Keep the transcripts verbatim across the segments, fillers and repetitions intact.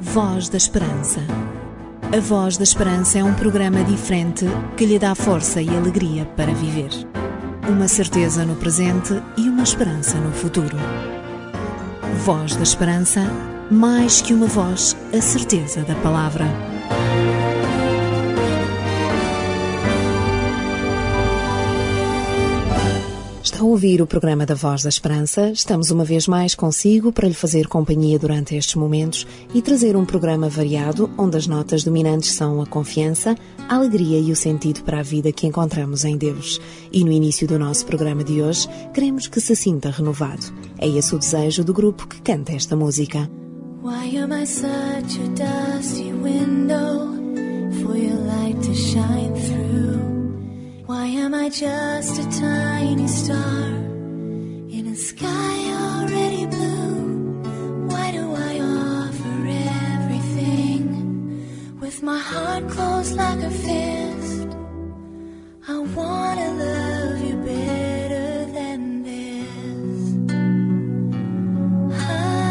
Voz da Esperança. A Voz da Esperança é um programa diferente que lhe dá força e alegria para viver. Uma certeza no presente e uma esperança no futuro. Voz da Esperança, mais que uma voz, a certeza da palavra. Está a ouvir o programa da Voz da Esperança. Estamos uma vez mais consigo para lhe fazer companhia durante estes momentos e trazer um programa variado onde as notas dominantes são a confiança, a alegria e o sentido para a vida que encontramos em Deus. E no início do nosso programa de hoje, queremos que se sinta renovado. É esse o desejo do grupo que canta esta música. Why am I such a dusty window for your light to shine through? Why am I just a tiny star in a sky already blue? Why do I offer everything with my heart closed like a fist? I wanna love you better than this. I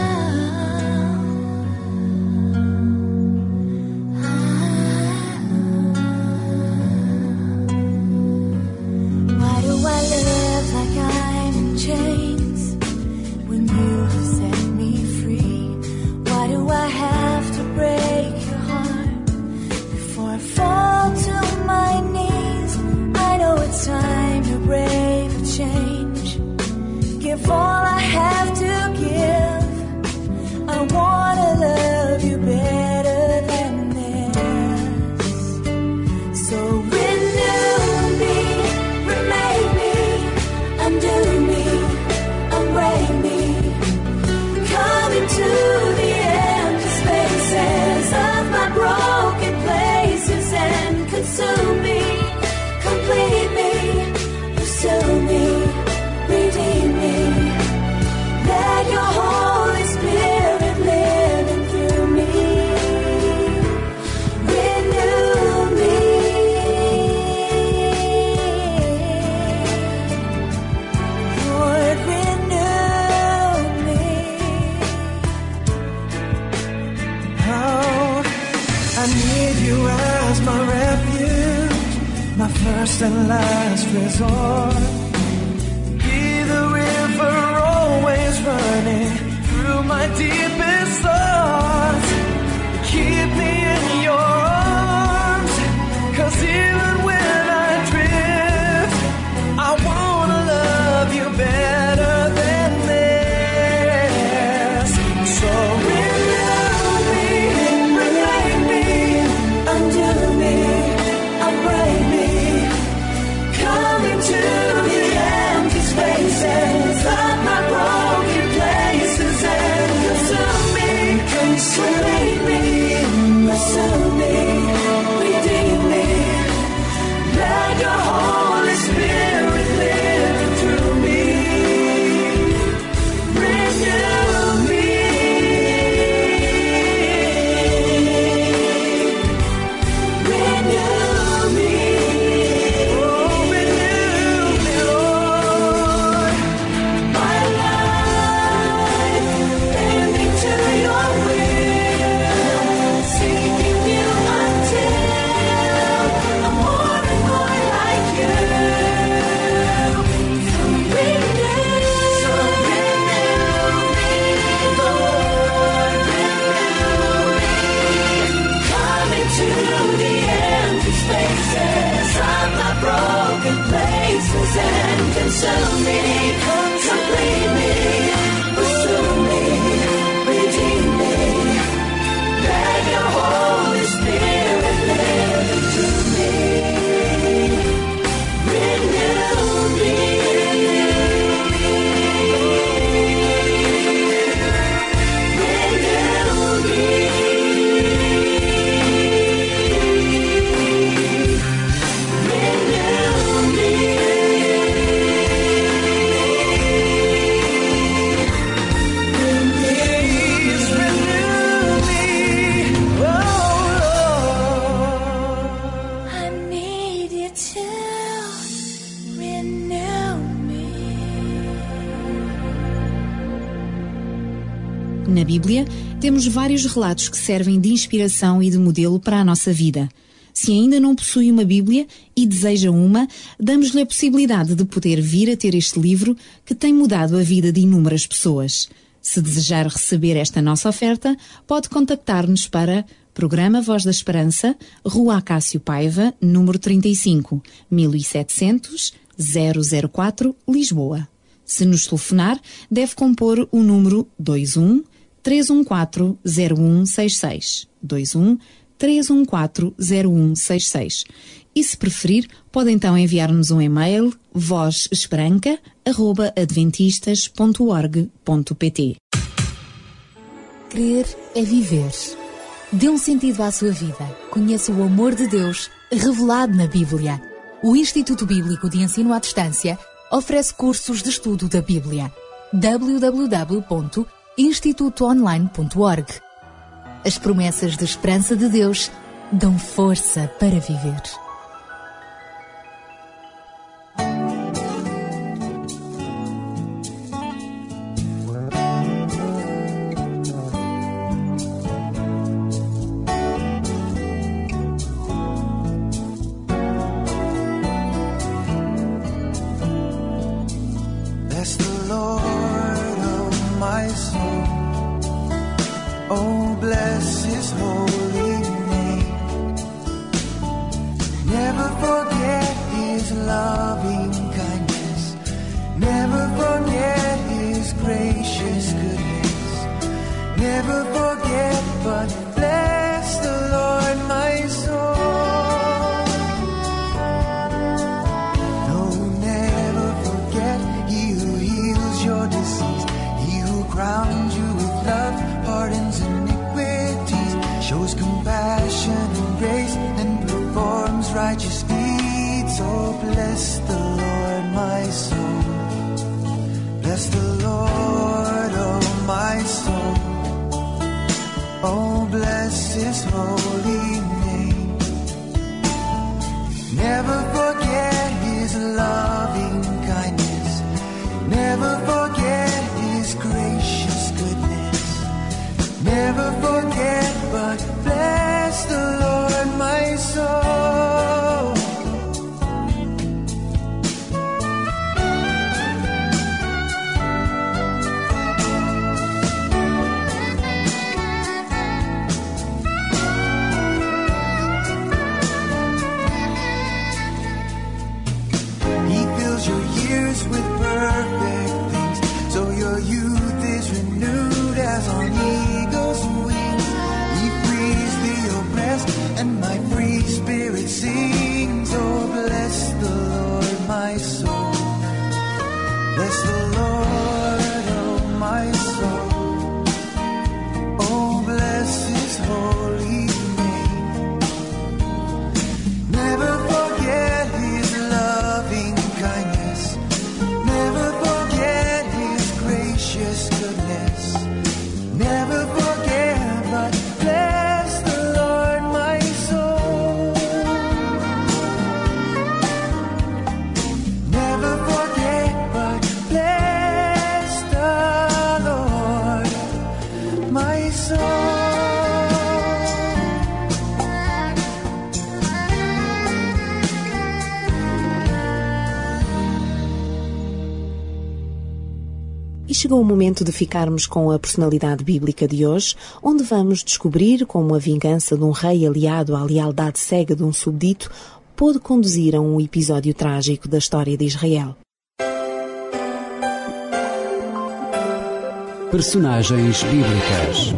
chains when you have set me free. Why do I have to break your heart before I fall to my knees? I know it's time to brave a change. Give all I have to give. I wanna love you better than this. So renew me, remake me, undo me, break me, come into the empty spaces of my broken places and consume me, complete me, pursue me, redeem me. Let your Holy Spirit live in through me. Renew me. Lord, I need you as my refuge, my first and last resort. Be the river always running through my deepest thoughts. Keep me in your arms, 'cause even when I drift, I wanna love you better than this. So Sweet me, pursue me, redeem me. Let your Holy Spirit live through me. Renew me. Renew me. Oh, renew me, Lord. My life bending to your will. Broken places and consume me, complete me, pursue me, redeem me. Let your Holy Spirit live through me. Renew me. Renew me. Na Bíblia, Temos vários relatos que servem de inspiração e de modelo para a nossa vida. Se ainda não possui uma Bíblia e deseja uma, damos-lhe a possibilidade de poder vir a ter este livro que tem mudado a vida de inúmeras pessoas. Se desejar receber esta nossa oferta, pode contactar-nos para Programa Voz da Esperança, Rua Acácio Paiva, número trinta e cinco, mil e setecentos, zero zero quatro, Lisboa. Se nos telefonar, deve compor o número dois um, três um quatro, zero um seis seis. dois um, três um quatro, zero um seis seis. E se preferir, pode então enviar-nos um e-mail voz esperanca arroba adventistas ponto org ponto pt. Crer é viver. Dê um sentido à sua vida. Conheça o amor de Deus revelado na Bíblia. O Instituto Bíblico de Ensino à Distância oferece cursos de estudo da Bíblia. w w w ponto instituto online ponto org. As promessas de esperança de Deus dão força para viver. Bless the Lord, oh my soul. Oh, bless His holy name. Never forget His loving kindness. Never forget His gracious goodness. Never forget, but bless the Lord, my soul. No, never forget He who heals your disease. He who crowns you with love, pardons iniquities, shows compassion and grace, and performs righteous deeds. Oh, bless the Lord, my soul. Bless the Lord, oh my soul. Oh, bless His holy name. Never forget His loving kindness. Never forget His gracious goodness. Never forget, but bless the Lord, my soul. He fills your years with perfect things, so your youth is renewed as on eagle's wings. He frees the oppressed, and my free spirit sings. Oh, bless the Lord, my soul. Bless the Lord, oh my soul. Oh, bless His holy name. Never forget His loving kindness. Never forget His gracious goodness. Never forget, but bless the Lord, my soul. Never forget, but bless the Lord, my soul. E chegou o momento de ficarmos com a personalidade bíblica de hoje, onde vamos descobrir como a vingança de um rei aliado à lealdade cega de um súbdito pôde conduzir a um episódio trágico da história de Israel. Personagens bíblicas.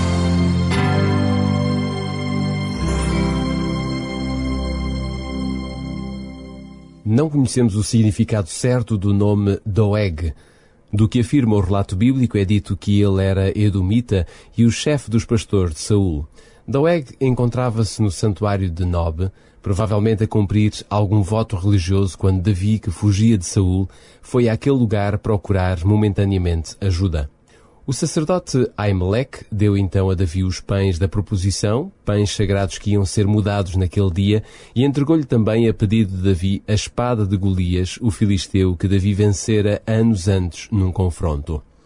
Não conhecemos o significado certo do nome Doeg. Do que afirma o relato bíblico é dito que ele era edomita e o chefe dos pastores de Saul. Doeg encontrava-se no santuário de Nob, provavelmente a cumprir algum voto religioso quando Davi, que fugia de Saul, foi àquele lugar procurar momentaneamente ajuda. O sacerdote Ahimelec deu então a Davi os pães da proposição, pães sagrados que iam ser mudados naquele dia, e entregou-lhe também, a pedido de Davi, a espada de Golias, o filisteu que Davi vencera anos antes num confronto.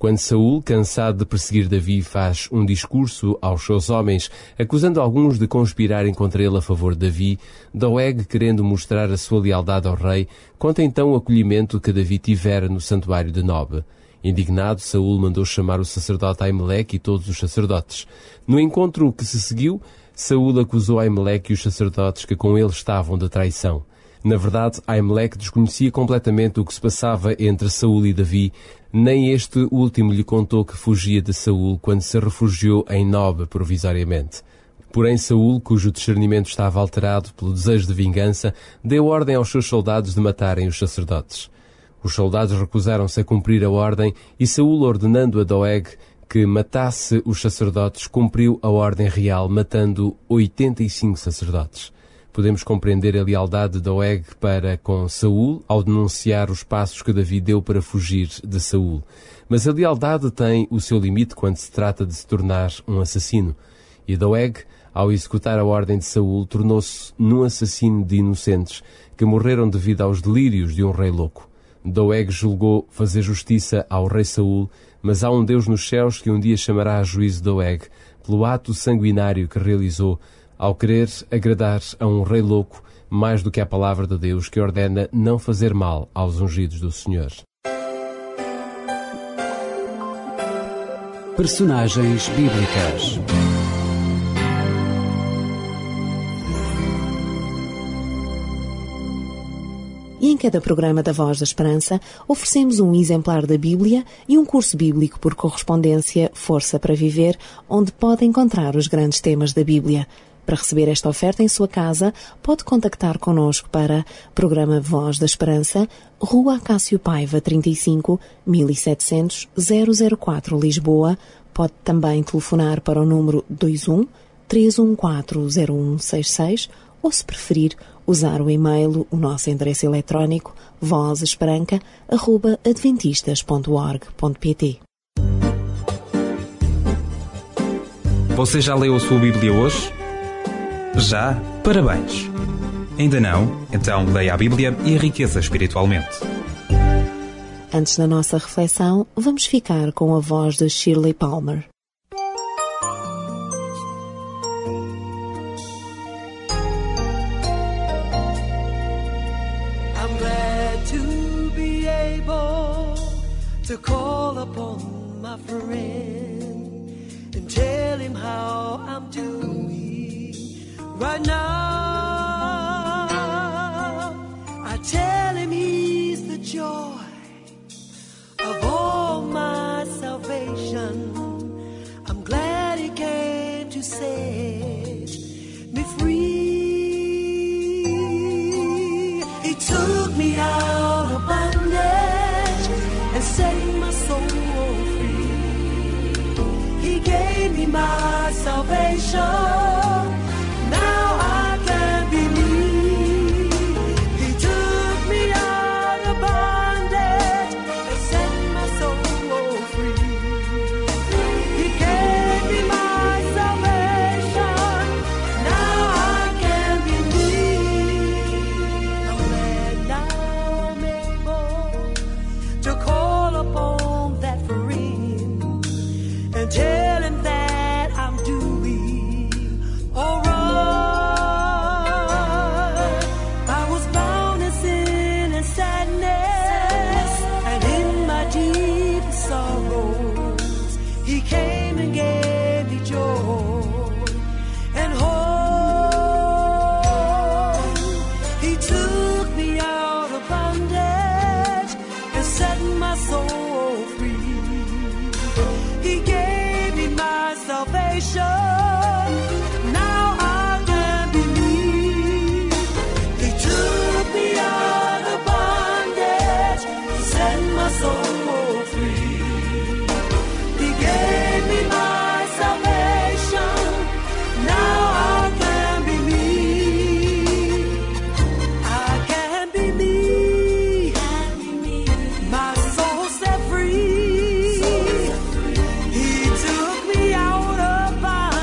Quando Saul, cansado de perseguir Davi, faz um discurso aos seus homens, acusando alguns de conspirarem contra ele a favor de Davi, Doeg, querendo mostrar a sua lealdade ao rei, conta então o acolhimento que Davi tivera no santuário de Nob. Indignado, Saul mandou chamar o sacerdote Aimeleque e todos os sacerdotes. No encontro que se seguiu, Saul acusou Aimeleque e os sacerdotes que com ele estavam de traição. Na verdade, Aimeleque desconhecia completamente o que se passava entre Saul e Davi. Nem este último lhe contou que fugia de Saul quando se refugiou em Nob provisoriamente. Porém, Saul, cujo discernimento estava alterado pelo desejo de vingança, deu ordem aos seus soldados de matarem os sacerdotes. Os soldados recusaram-se a cumprir a ordem e Saul, ordenando a Doeg que matasse os sacerdotes, cumpriu a ordem real, matando oitenta e cinco sacerdotes. Podemos compreender a lealdade de Doeg para com Saul ao denunciar os passos que Davi deu para fugir de Saul. Mas a lealdade tem o seu limite quando se trata de se tornar um assassino. E Doeg, ao executar a ordem de Saul, tornou-se num assassino de inocentes que morreram devido aos delírios de um rei louco. Doeg julgou fazer justiça ao rei Saul, mas há um Deus nos céus que um dia chamará a juízo Doeg pelo ato sanguinário que realizou ao querer agradar a um rei louco mais do que a palavra de Deus que ordena não fazer mal aos ungidos do Senhor. Personagens bíblicas. E em cada programa da Voz da Esperança oferecemos um exemplar da Bíblia e um curso bíblico por correspondência Força para Viver, onde pode encontrar os grandes temas da Bíblia. Para receber esta oferta em sua casa, pode contactar connosco para Programa Voz da Esperança, Rua Acácio Paiva, trinta e cinco, mil e setecentos, zero zero quatro, Lisboa. Pode também telefonar para o número dois um, três um quatro, zero um seis seis ou, se preferir, usar o e-mail, o nosso endereço eletrónico vozesperanca arroba adventistas ponto org ponto pt. Você já leu a sua Bíblia hoje? Já? Parabéns! Ainda não? Então leia a Bíblia e enriqueça espiritualmente. Antes da nossa reflexão, vamos ficar com a voz de Shirley Palmer. I'm glad to be able to call upon my friend and tell him how I'm doing right now. I tell him he's the joy of all my salvation. I'm glad he came to set me free. He took me out of bondage and set my soul free. He gave me my salvation. Now I can believe. He took me out of bondage and set my soul free. He gave me my salvation. Now I can believe. I'm glad now I'm able to call upon that friend and tell him that I'm doing alright. I was bound in sin and sadness, and in my deep sorrows, He came and gave me joy and hope. He took me out of bondage and set my soul free. He gave me my salvation. Now I can believe. He took me out of bondage, set my soul free. He gave me my salvation. Now I can believe. I can believe. My soul set free. He took me out of bondage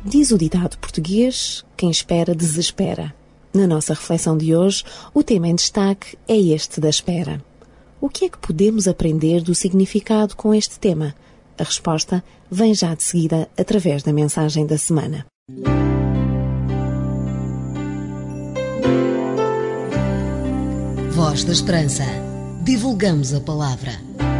Diz o ditado português: quem espera, desespera. Na nossa reflexão de hoje, o tema em destaque é este da espera. O que é que podemos aprender do significado com este tema? A resposta vem já de seguida através da mensagem da semana. Voz da Esperança. Divulgamos a palavra.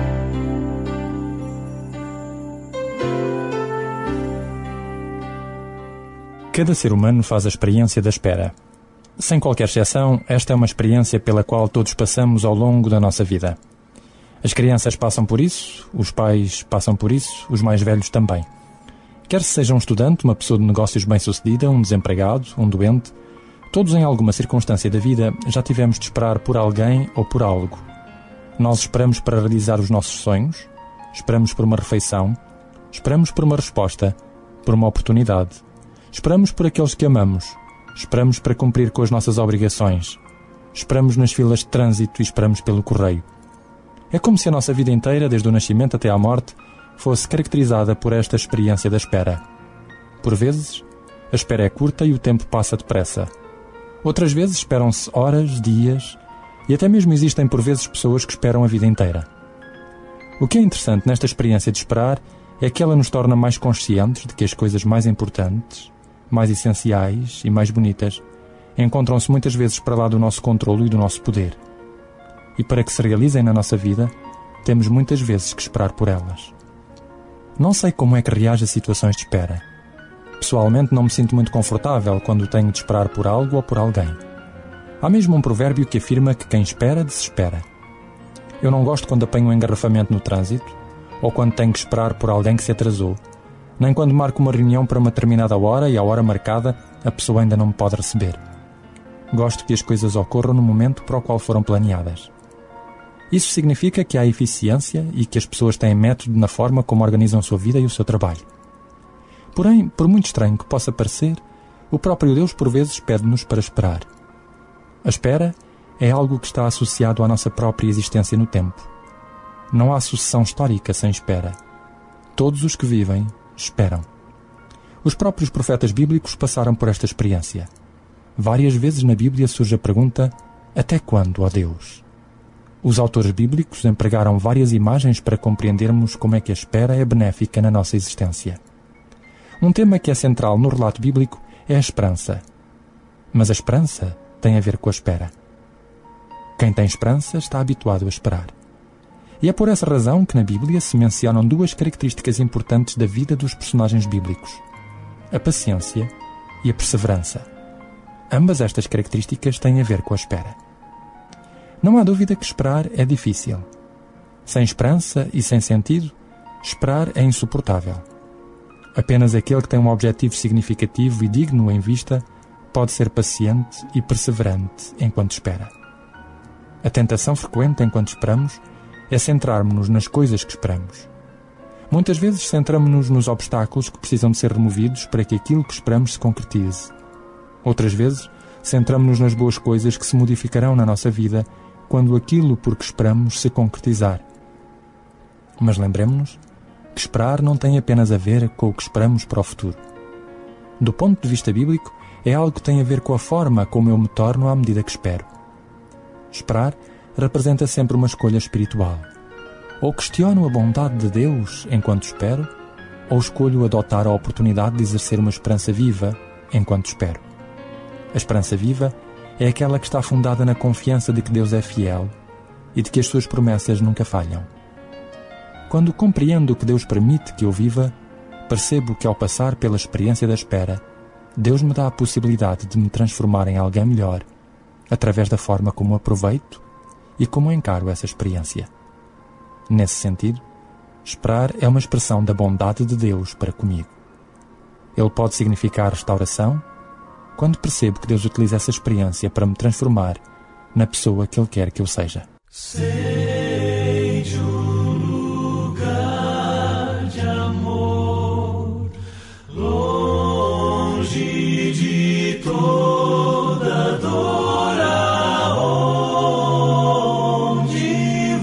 Cada ser humano faz a experiência da espera. Sem qualquer exceção, esta é uma experiência pela qual todos passamos ao longo da nossa vida. As crianças passam por isso, os pais passam por isso, os mais velhos também. Quer se seja um estudante, uma pessoa de negócios bem-sucedida, um desempregado, um doente, todos em alguma circunstância da vida já tivemos de esperar por alguém ou por algo. Nós esperamos para realizar os nossos sonhos, esperamos por uma refeição, esperamos por uma resposta, por uma oportunidade. Esperamos por aqueles que amamos, esperamos para cumprir com as nossas obrigações, esperamos nas filas de trânsito e esperamos pelo correio. É como se a nossa vida inteira, desde o nascimento até à morte, fosse caracterizada por esta experiência da espera. Por vezes, a espera é curta e o tempo passa depressa. Outras vezes esperam-se horas, dias, e até mesmo existem por vezes pessoas que esperam a vida inteira. O que é interessante nesta experiência de esperar é que ela nos torna mais conscientes de que as coisas mais importantes, mais essenciais e mais bonitas encontram-se muitas vezes para lá do nosso controlo e do nosso poder. E para que se realizem na nossa vida, temos muitas vezes que esperar por elas. Não sei como é que reage a situações de espera. Pessoalmente não me sinto muito confortável quando tenho de esperar por algo ou por alguém. Há mesmo um provérbio que afirma que quem espera, desespera. Eu não gosto quando apanho um engarrafamento no trânsito, ou quando tenho que esperar por alguém que se atrasou, nem quando marco uma reunião para uma determinada hora e à hora marcada a pessoa ainda não me pode receber. Gosto que as coisas ocorram no momento para o qual foram planeadas. Isso significa que há eficiência e que as pessoas têm método na forma como organizam a sua vida e o seu trabalho. Porém, por muito estranho que possa parecer, o próprio Deus por vezes pede-nos para esperar. A espera é algo que está associado à nossa própria existência no tempo. Não há sucessão histórica sem espera. Todos os que vivem, esperam. Os próprios profetas bíblicos passaram por esta experiência. Várias vezes na Bíblia surge a pergunta: até quando, ó Deus? Os autores bíblicos empregaram várias imagens para compreendermos como é que a espera é benéfica na nossa existência. Um tema que é central no relato bíblico é a esperança. Mas a esperança tem a ver com a espera. Quem tem esperança está habituado a esperar. E é por essa razão que na Bíblia se mencionam duas características importantes da vida dos personagens bíblicos: a paciência e a perseverança. Ambas estas características têm a ver com a espera. Não há dúvida que esperar é difícil. Sem esperança e sem sentido, esperar é insuportável. Apenas aquele que tem um objetivo significativo e digno em vista pode ser paciente e perseverante enquanto espera. A tentação frequente enquanto esperamos é centrarmos-nos nas coisas que esperamos. Muitas vezes centramos-nos nos obstáculos que precisam de ser removidos para que aquilo que esperamos se concretize. Outras vezes, centramos-nos nas boas coisas que se modificarão na nossa vida quando aquilo por que esperamos se concretizar. Mas lembremos-nos que esperar não tem apenas a ver com o que esperamos para o futuro. Do ponto de vista bíblico, é algo que tem a ver com a forma como eu me torno à medida que espero. Esperar representa sempre uma escolha espiritual. Ou questiono a bondade de Deus enquanto espero, ou escolho adotar a oportunidade de exercer uma esperança viva enquanto espero. A esperança viva é aquela que está fundada na confiança de que Deus é fiel e de que as suas promessas nunca falham. Quando compreendo que Deus permite que eu viva, percebo que ao passar pela experiência da espera, Deus me dá a possibilidade de me transformar em alguém melhor, através da forma como aproveito e como encaro essa experiência. Nesse sentido, esperar é uma expressão da bondade de Deus para comigo. Ele pode significar restauração, quando percebo que Deus utiliza essa experiência para me transformar na pessoa que Ele quer que eu seja. Sei de um lugar de amor, longe de toda dor, aonde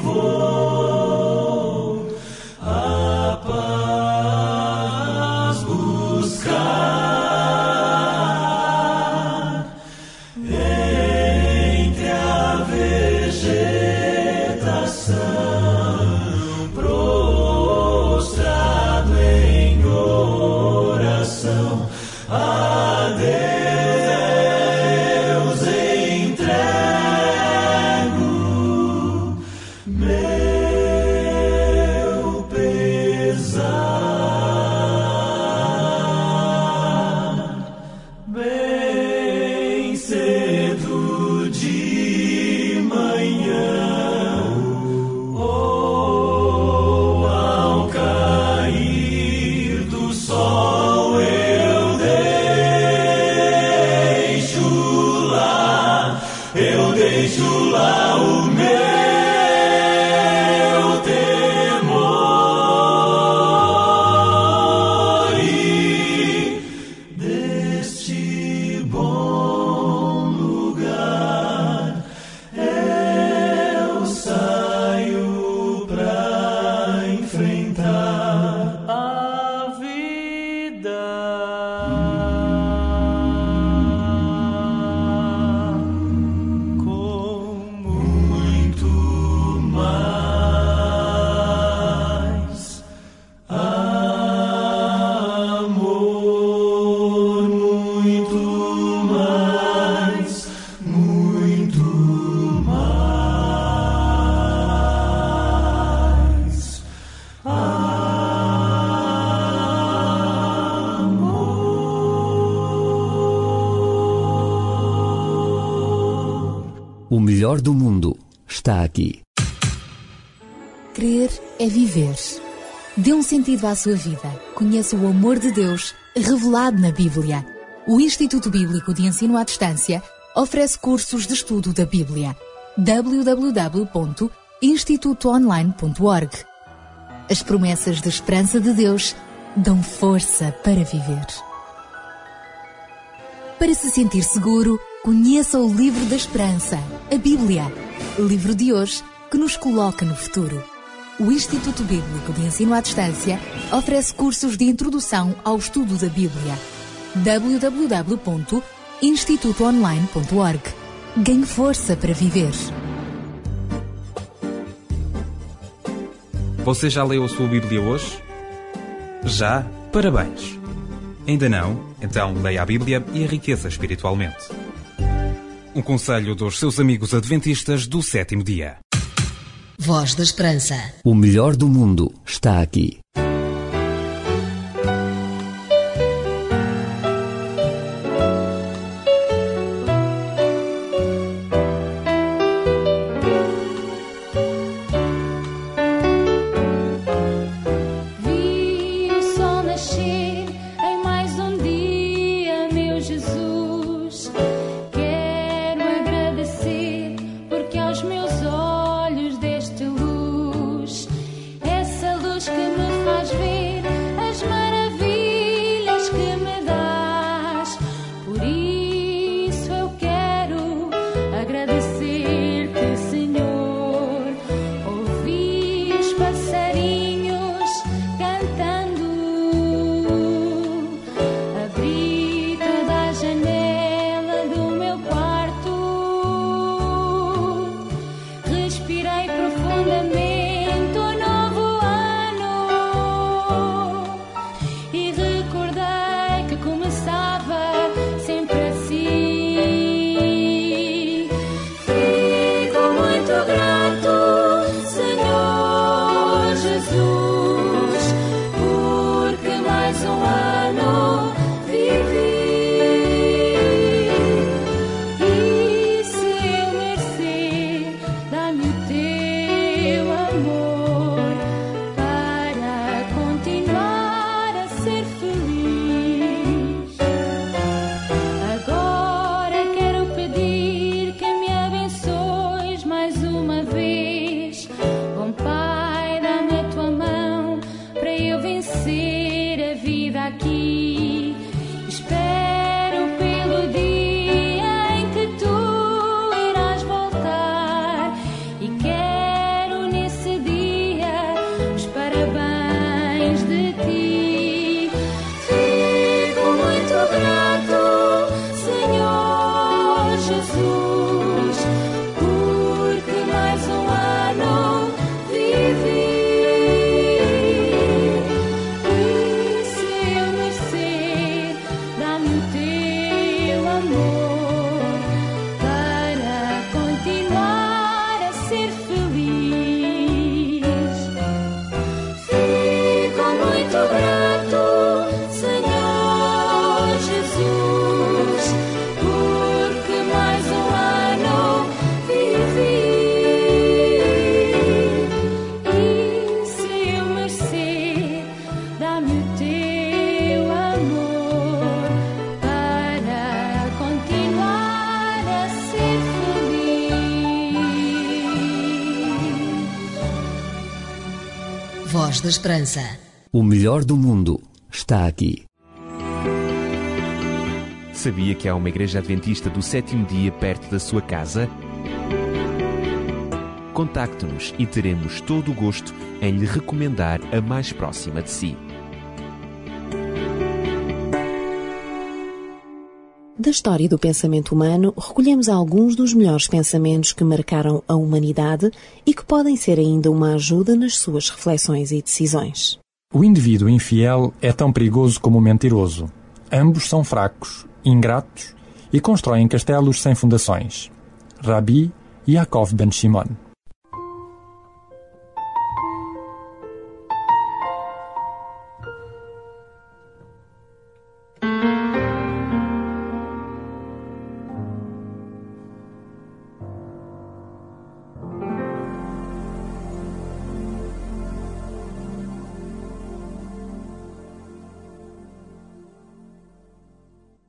vou a paz buscar. O melhor do mundo está aqui. Crer é viver. Dê um sentido à sua vida. Conheça o amor de Deus revelado na Bíblia. O Instituto Bíblico de Ensino à Distância oferece cursos de estudo da Bíblia. w w w ponto instituto online ponto org. As promessas de esperança de Deus dão força para viver. Para se sentir seguro, conheça o livro da esperança, a Bíblia. Livro de hoje que nos coloca no futuro. O Instituto Bíblico de Ensino à Distância oferece cursos de introdução ao estudo da Bíblia. w w w ponto instituto online ponto org. Ganhe força para viver. Você já leu a sua Bíblia hoje? Já? Parabéns! Ainda não? Então leia a Bíblia e enriqueça espiritualmente. Um conselho dos seus amigos adventistas do sétimo dia. Voz da Esperança. O melhor do mundo está aqui. Voz da Esperança. O melhor do mundo está aqui. Sabia que há uma igreja adventista do sétimo dia perto da sua casa? Contacte-nos e teremos todo o gosto em lhe recomendar a mais próxima de si. Da história do pensamento humano, recolhemos alguns dos melhores pensamentos que marcaram a humanidade e que podem ser ainda uma ajuda nas suas reflexões e decisões. O indivíduo infiel é tão perigoso como o mentiroso. Ambos são fracos, ingratos e constroem castelos sem fundações. Rabi Yaakov ben Shimon.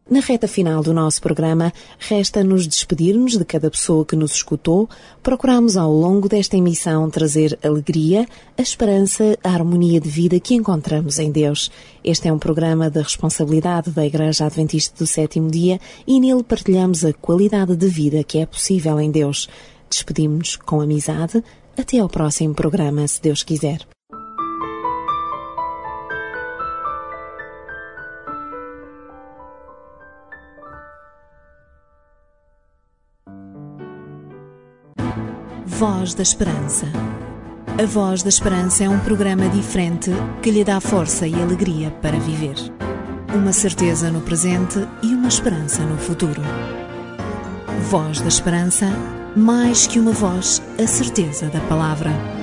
Na reta final do nosso programa, resta-nos despedir-nos de cada pessoa que nos escutou. Procuramos ao longo desta emissão trazer alegria, a esperança, a harmonia de vida que encontramos em Deus. Este é um programa da responsabilidade da Igreja Adventista do Sétimo Dia e nele partilhamos a qualidade de vida que é possível em Deus. Despedimos-nos com amizade. Até ao próximo programa, se Deus quiser. Voz da Esperança. A Voz da Esperança é um programa diferente que lhe dá força e alegria para viver. Uma certeza no presente e uma esperança no futuro. Voz da Esperança, mais que uma voz, a certeza da palavra.